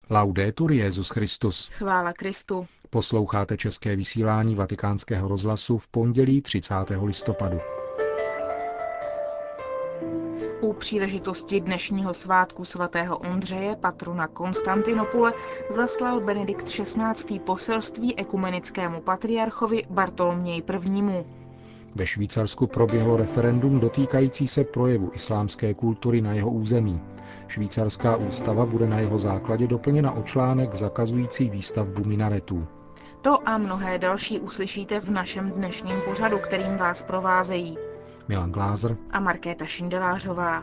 Laudetur Jesus Christus. Chvála Kristu. Posloucháte české vysílání Vatikánského rozhlasu v pondělí 30. listopadu. U příležitosti dnešního svátku svatého Ondřeje, patrona Konstantinopole, zaslal Benedikt XVI. Poselství ekumenickému patriarchovi Bartoloměji I. Ve Švýcarsku proběhlo referendum dotýkající se projevu islámské kultury na jeho území. Švýcarská ústava bude na jeho základě doplněna o článek zakazující výstavbu minaretů. To a mnohé další uslyšíte v našem dnešním pořadu, kterým vás provázejí Milan Glázer a Markéta Šindelářová.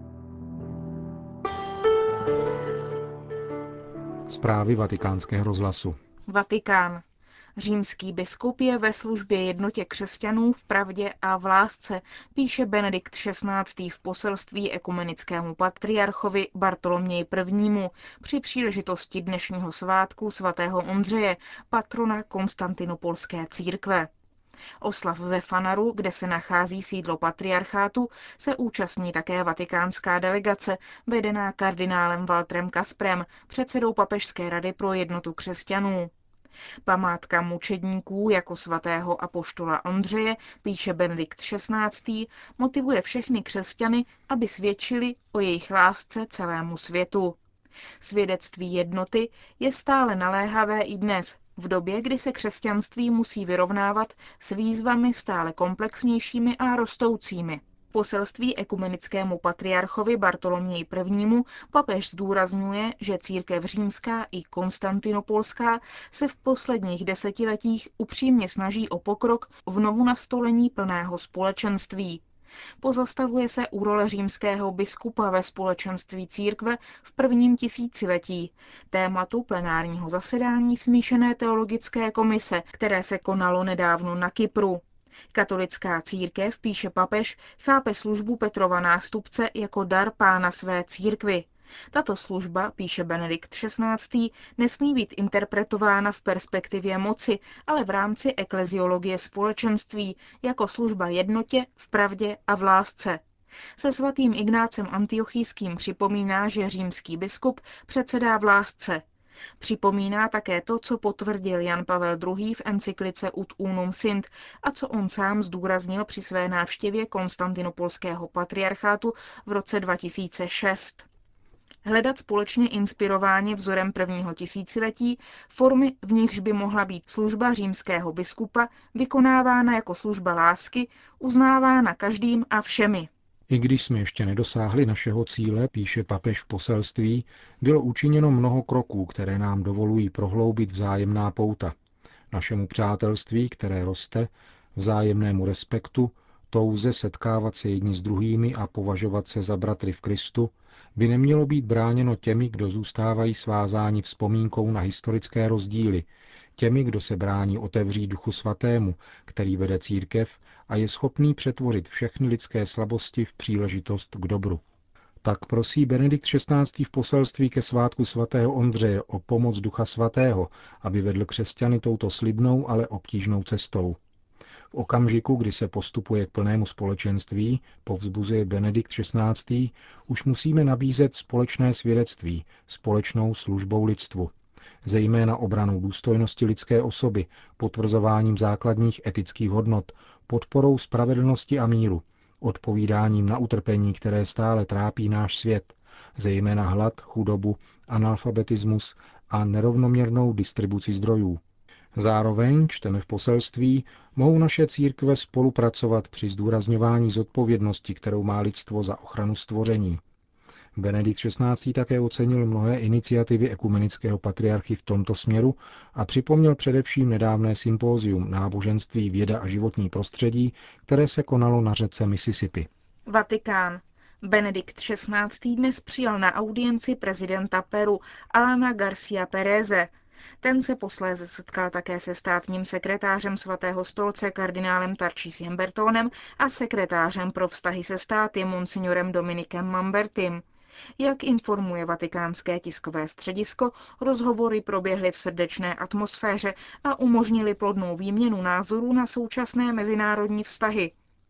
Zprávy Vatikánského rozhlasu. Vatikán. Římský biskup je ve službě jednotě křesťanů v pravdě a v lásce, píše Benedikt XVI. V poselství ekumenickému patriarchovi Bartoloměji I. Při příležitosti dnešního svátku svatého Ondřeje, patrona Konstantinopolské církve. Oslav ve Fanaru, kde se nachází sídlo patriarchátu, se účastní také vatikánská delegace, vedená kardinálem Walterem Kasprem, předsedou Papežské rady pro jednotu křesťanů. Památka mučedníků jako svatého apoštola Ondřeje, píše Benedikt XVI., motivuje všechny křesťany, aby svědčili o jejich lásce celému světu. Svědectví jednoty je stále naléhavé i dnes, v době, kdy se křesťanství musí vyrovnávat s výzvami stále komplexnějšími a rostoucími. V poselství ekumenickému patriarchovi Bartoloměji I. Papež zdůrazňuje, že církev římská i konstantinopolská se v posledních desetiletích upřímně snaží o pokrok v novonastolení plného společenství. Pozastavuje se u role římského biskupa ve společenství církve v prvním tisíciletí, tématu plenárního zasedání smíšené teologické komise, které se konalo nedávno na Kypru. Katolická církev, píše papež, chápe službu Petrova nástupce jako dar Pána své církvi. Tato služba, píše Benedikt XVI., nesmí být interpretována v perspektivě moci, ale v rámci ekleziologie společenství jako služba jednotě, v pravdě a v lásce. Se svatým Ignácem Antiochijským připomíná, že římský biskup předsedá v lásce. Připomíná také to, co potvrdil Jan Pavel II. V encyklice Ut unum sint a co on sám zdůraznil při své návštěvě konstantinopolského patriarchátu v roce 2006. Hledat společně inspirováni vzorem prvního tisíciletí formy, v nichž by mohla být služba římského biskupa vykonávána jako služba lásky, uznávána každým a všemi. I když jsme ještě nedosáhli našeho cíle, píše papež v poselství, bylo učiněno mnoho kroků, které nám dovolují prohloubit vzájemná pouta. Našemu přátelství, které roste, vzájemnému respektu, touze setkávat se jedni s druhými a považovat se za bratry v Kristu, by nemělo být bráněno těmi, kdo zůstávají svázáni vzpomínkou na historické rozdíly, těmi, kdo se brání otevřít Duchu Svatému, který vede církev a je schopný přetvořit všechny lidské slabosti v příležitost k dobru. Tak prosí Benedikt XVI. V poselství ke svátku svatého Ondřeje o pomoc Ducha Svatého, aby vedl křesťany touto slibnou, ale obtížnou cestou. V okamžiku, kdy se postupuje k plnému společenství, povzbuzuje Benedikt XVI., už musíme nabízet společné svědectví, společnou službou lidstvu, zejména obranou důstojnosti lidské osoby, potvrzováním základních etických hodnot, podporou spravedlnosti a míru, odpovídáním na utrpení, které stále trápí náš svět, zejména hlad, chudobu, analfabetismus a nerovnoměrnou distribuci zdrojů. Zároveň, čteme v poselství, mohou naše církve spolupracovat při zdůrazňování zodpovědnosti, kterou má lidstvo za ochranu stvoření. Benedikt XVI. Také ocenil mnohé iniciativy ekumenického patriarchy v tomto směru a připomněl především nedávné sympózium Náboženství, věda a životní prostředí, které se konalo na řece Mississippi. Vatikán. Benedikt XVI. Dnes přijal na audienci prezidenta Peru Alana Garcia Péreze. Ten se posléze setkal také se státním sekretářem Svatého stolce kardinálem Tarcísiem Bertónem a sekretářem pro vztahy se státy monsignorem Dominikem Mambertim. Jak informuje vatikánské tiskové středisko, rozhovory proběhly v srdečné atmosféře a umožnily plodnou výměnu názorů na současné mezinárodní vztahy.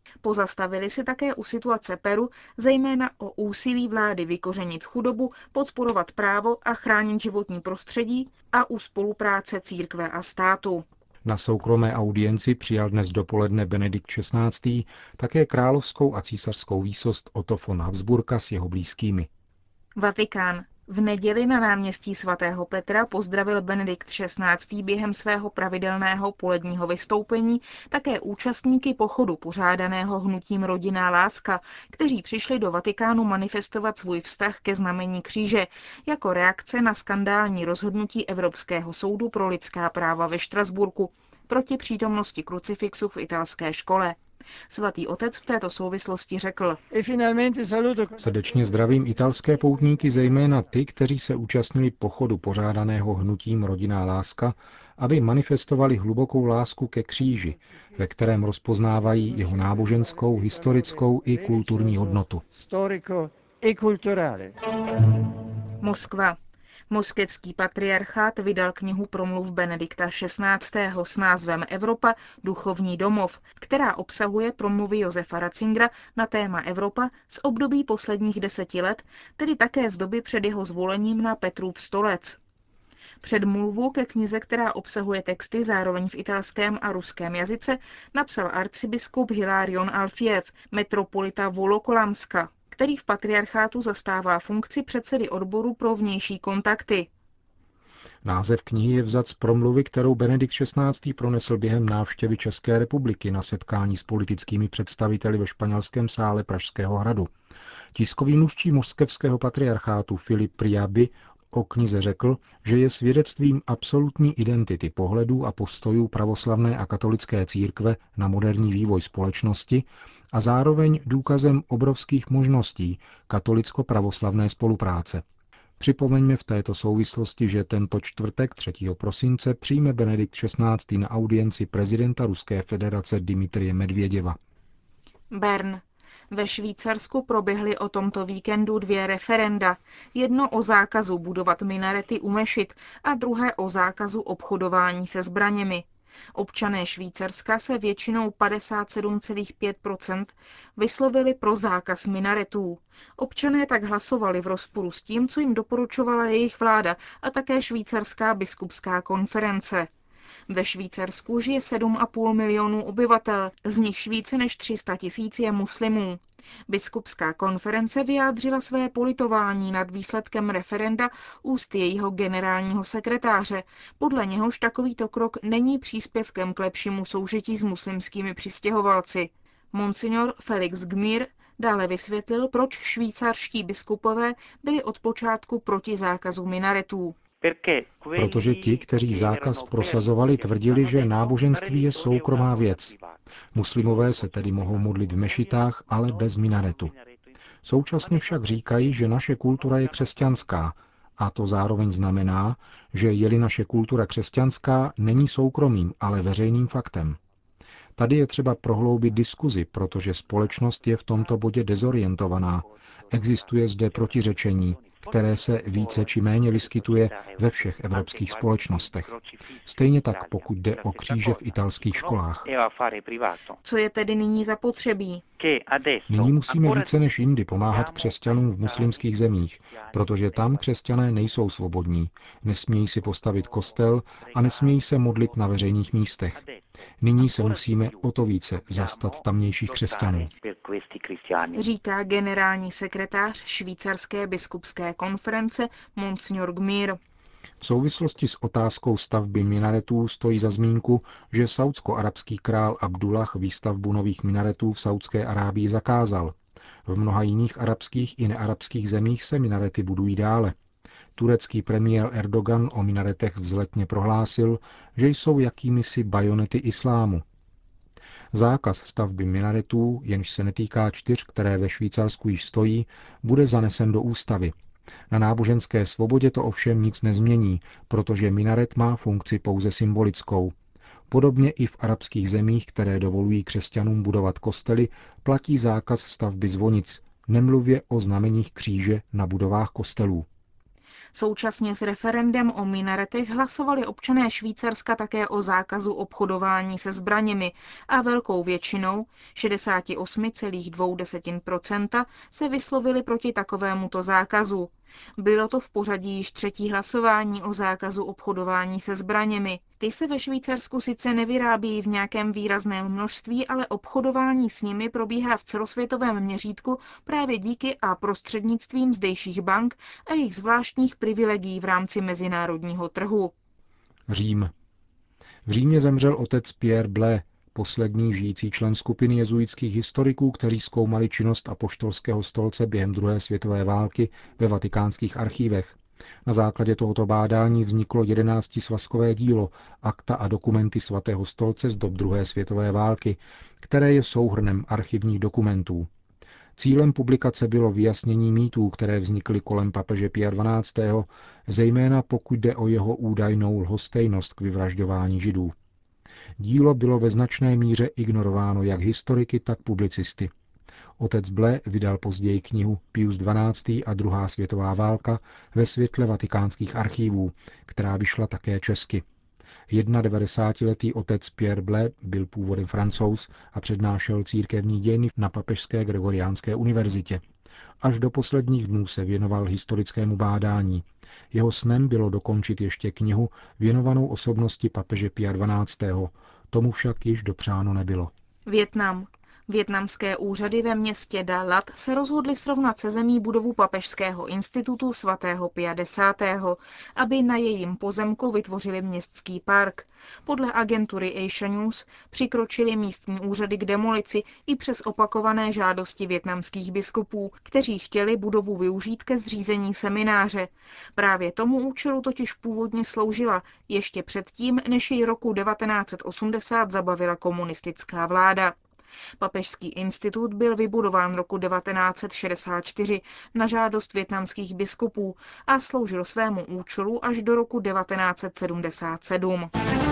Pozastavili si také u situace Peru, zejména o úsilí vlády vykořenit chudobu, podporovat právo a chránit životní prostředí a u spolupráce církve a státu. Na soukromé audienci přijal dnes dopoledne Benedikt XVI. Také královskou a císařskou výsost Otto von Habsburka s jeho blízkými. Vatikán. V neděli na náměstí svatého Petra pozdravil Benedikt XVI. Během svého pravidelného poledního vystoupení také účastníky pochodu pořádaného hnutím Rodinná láska, kteří přišli do Vatikánu manifestovat svůj vztah ke znamení kříže jako reakce na skandální rozhodnutí Evropského soudu pro lidská práva ve Štrasburku proti přítomnosti krucifixu v italské škole. Svatý otec v této souvislosti řekl: Srdečně zdravím italské poutníky, zejména ty, kteří se účastnili pochodu pořádaného hnutím Rodinná láska, aby manifestovali hlubokou lásku ke kříži, ve kterém rozpoznávají jeho náboženskou, historickou i kulturní hodnotu. Moskva. Moskevský patriarchát vydal knihu promluv Benedikta XVI. S názvem Evropa, duchovní domov, která obsahuje promluvy Josefa Ratzingera na téma Evropa z období posledních 10 let, tedy také z doby před jeho zvolením na Petrův stolec. Předmluvu ke knize, která obsahuje texty zároveň v italském a ruském jazyce, napsal arcibiskup Hilarion Alfiev, metropolita Volokolamska, který v patriarchátu zastává funkci předsedy odboru pro vnější kontakty. Název knihy je vzat z promluvy, kterou Benedikt XVI. Pronesl během návštěvy České republiky na setkání s politickými představiteli ve španělském sále Pražského hradu. Tiskový mluvčí moskevského patriarchátu Filip Priaby o knize řekl, že je svědectvím absolutní identity pohledů a postojů pravoslavné a katolické církve na moderní vývoj společnosti a zároveň důkazem obrovských možností katolicko-pravoslavné spolupráce. Připomeňme v této souvislosti, že tento čtvrtek 3. prosince přijme Benedikt XVI. Na audienci prezidenta Ruské federace Dmitrije Medvěděva. Bern. Ve Švýcarsku proběhly o tomto víkendu 2 referenda. Jedno o zákazu budovat minarety u mešit a druhé o zákazu obchodování se zbraněmi. Občané Švýcarska se většinou 57,5% vyslovili pro zákaz minaretů. Občané tak hlasovali v rozporu s tím, co jim doporučovala jejich vláda a také švýcarská biskupská konference. Ve Švýcarsku žije 7,5 milionů obyvatel, z nichž více než 300 000 je muslimů. Biskupská konference vyjádřila své politování nad výsledkem referenda ústy jejího generálního sekretáře. Podle něhož takovýto krok není příspěvkem k lepšímu soužití s muslimskými přistěhovalci. Monsignor Felix Gmir dále vysvětlil, proč švýcarští biskupové byli od počátku proti zákazu minaretů. Protože ti, kteří zákaz prosazovali, tvrdili, že náboženství je soukromá věc. Muslimové se tedy mohou modlit v mešitách, ale bez minaretu. Současně však říkají, že naše kultura je křesťanská a to zároveň znamená, že je-li naše kultura křesťanská, není soukromým, ale veřejným faktem. Tady je třeba prohloubit diskuzi, protože společnost je v tomto bodě dezorientovaná. Existuje zde protiřečení, které se více či méně vyskytuje ve všech evropských společnostech. Stejně tak, pokud jde o kříže v italských školách. Co je tedy nyní zapotřebí? Nyní musíme více než jindy pomáhat křesťanům v muslimských zemích, protože tam křesťané nejsou svobodní, nesmějí si postavit kostel a nesmějí se modlit na veřejných místech. Nyní se musíme o to více zastat tamnějších křesťanů. Říká generální sekretář švýcarské biskupské konference Monsignor Gmir. V souvislosti s otázkou stavby minaretů stojí za zmínku, že saúdsko-arabský král Abdullah výstavbu nových minaretů v Saúdské Arábii zakázal. V mnoha jiných arabských i nearabských zemích se minarety budují dále. Turecký premiér Erdogan o minaretech vzletně prohlásil, že jsou jakýmisi bajonety islámu. Zákaz stavby minaretů, jenž se netýká 4, které ve Švýcarsku již stojí, bude zanesen do ústavy. Na náboženské svobodě to ovšem nic nezmění, protože minaret má funkci pouze symbolickou. Podobně i v arabských zemích, které dovolují křesťanům budovat kostely, platí zákaz stavby zvonic, nemluvě o znameních kříže na budovách kostelů. Současně s referendem o minaretech hlasovali občané Švýcarska také o zákazu obchodování se zbraněmi a velkou většinou, 68,2%, se vyslovili proti takovémuto zákazu. Bylo to v pořadí již třetí hlasování o zákazu obchodování se zbraněmi. Ty se ve Švýcarsku sice nevyrábějí v nějakém výrazném množství, ale obchodování s nimi probíhá v celosvětovém měřítku právě díky a prostřednictvím zdejších bank a jejich zvláštních privilegií v rámci mezinárodního trhu. Řím. V Římě zemřel otec Pierre Blé, poslední žijící člen skupiny jezuitských historiků, kteří zkoumali činnost apoštolského stolce během druhé světové války ve vatikánských archívech. Na základě tohoto bádání vzniklo 11svazkové dílo Akta a dokumenty svatého stolce z dob druhé světové války, které je souhrnem archivních dokumentů. Cílem publikace bylo vyjasnění mýtů, které vznikly kolem papeže Pia XII., zejména pokud jde o jeho údajnou lhostejnost k vyvražďování Židů. Dílo bylo ve značné míře ignorováno jak historiky, tak publicisty. Otec Blé vydal později knihu Pius XII. A druhá světová válka ve světle vatikánských archívů, která vyšla také česky. 91letý otec Pierre Blé byl původem Francouz a přednášel církevní dějiny na Papežské Gregoriánské univerzitě. Až do posledních dnů se věnoval historickému bádání. Jeho snem bylo dokončit ještě knihu věnovanou osobnosti papeže Pia XII. Tomu však již dopřáno nebylo. Vietnam. Vietnamské úřady ve městě Da Lat se rozhodly srovnat se zemí budovu Papežského institutu svatého Pia X., aby na jejím pozemku vytvořili městský park. Podle agentury Asia News přikročili místní úřady k demolici i přes opakované žádosti vietnamských biskupů, kteří chtěli budovu využít ke zřízení semináře. Právě tomu účelu totiž původně sloužila, ještě předtím, než ji roku 1980 zabavila komunistická vláda. Papežský institut byl vybudován roku 1964 na žádost vietnamských biskupů a sloužil svému účelu až do roku 1977.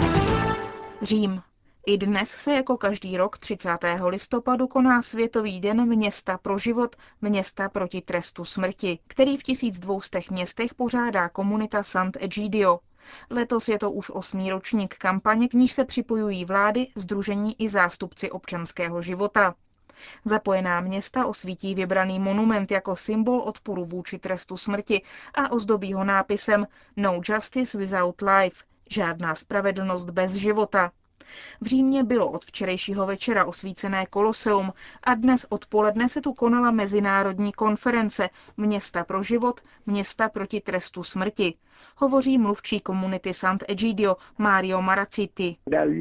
Řím. I dnes se jako každý rok 30. listopadu koná Světový den města pro život, města proti trestu smrti, který v 1200 městech pořádá komunita Sant'Egidio. Letos je to už 8. ročník kampaně, k níž se připojují vlády, sdružení i zástupci občanského života. Zapojená města osvítí vybraný monument jako symbol odporu vůči trestu smrti a ozdobí ho nápisem No justice without life, žádná spravedlnost bez života. V Římě bylo od včerejšího večera osvícené Koloseum a dnes odpoledne se tu konala mezinárodní konference Města pro život, města proti trestu smrti. Hovoří mluvčí komunity Sant'Egidio Mario Marazziti.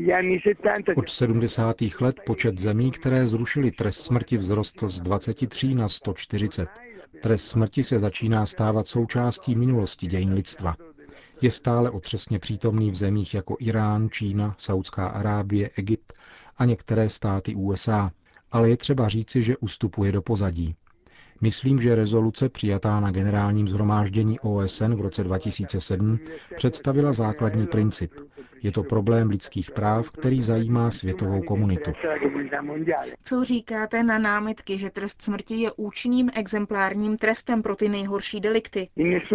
Od 70. let počet zemí, které zrušily trest smrti, vzrostl z 23 na 140. Trest smrti se začíná stávat součástí minulosti dějin lidstva. Je stále otřesně přítomný v zemích jako Irán, Čína, Saudská Arábie, Egypt a některé státy USA, ale je třeba říci, že ustupuje do pozadí. Myslím, že rezoluce přijatá na generálním shromáždění OSN v roce 2007 představila základní princip. Je to problém lidských práv, který zajímá světovou komunitu. Co říkáte na námitky, že trest smrti je účinným exemplárním trestem pro ty nejhorší delikty?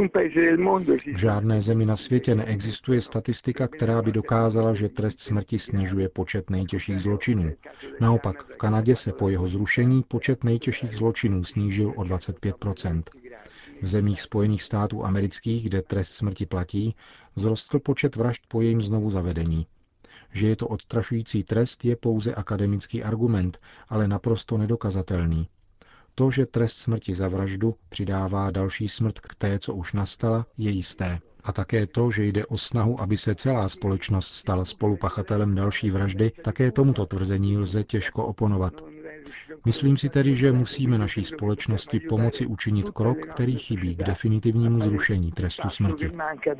V žádné zemi na světě neexistuje statistika, která by dokázala, že trest smrti snižuje počet nejtěžších zločinů. Naopak, v Kanadě se po jeho zrušení počet nejtěžších zločinů snížil o 25%. V zemích Spojených států amerických, kde trest smrti platí, vzrostl počet vražd po jejím znovu zavedení. Že je to odstrašující trest, je pouze akademický argument, ale naprosto nedokazatelný. To, že trest smrti za vraždu přidává další smrt k té, co už nastala, je jisté. A také to, že jde o snahu, aby se celá společnost stala spolupachatelem další vraždy, také tomuto tvrzení lze těžko oponovat. Myslím si tedy, že musíme naší společnosti pomoci učinit krok, který chybí k definitivnímu zrušení trestu smrti.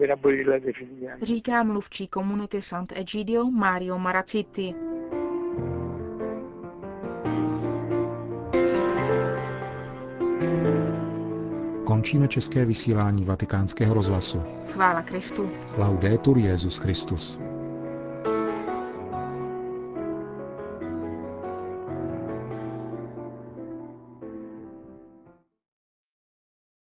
Říká mluvčí komunity Sant'Egidio Mario Marazziti. Končíme české vysílání Vatikánského rozhlasu. Chvála Kristu. Laudetur Jesus Christus.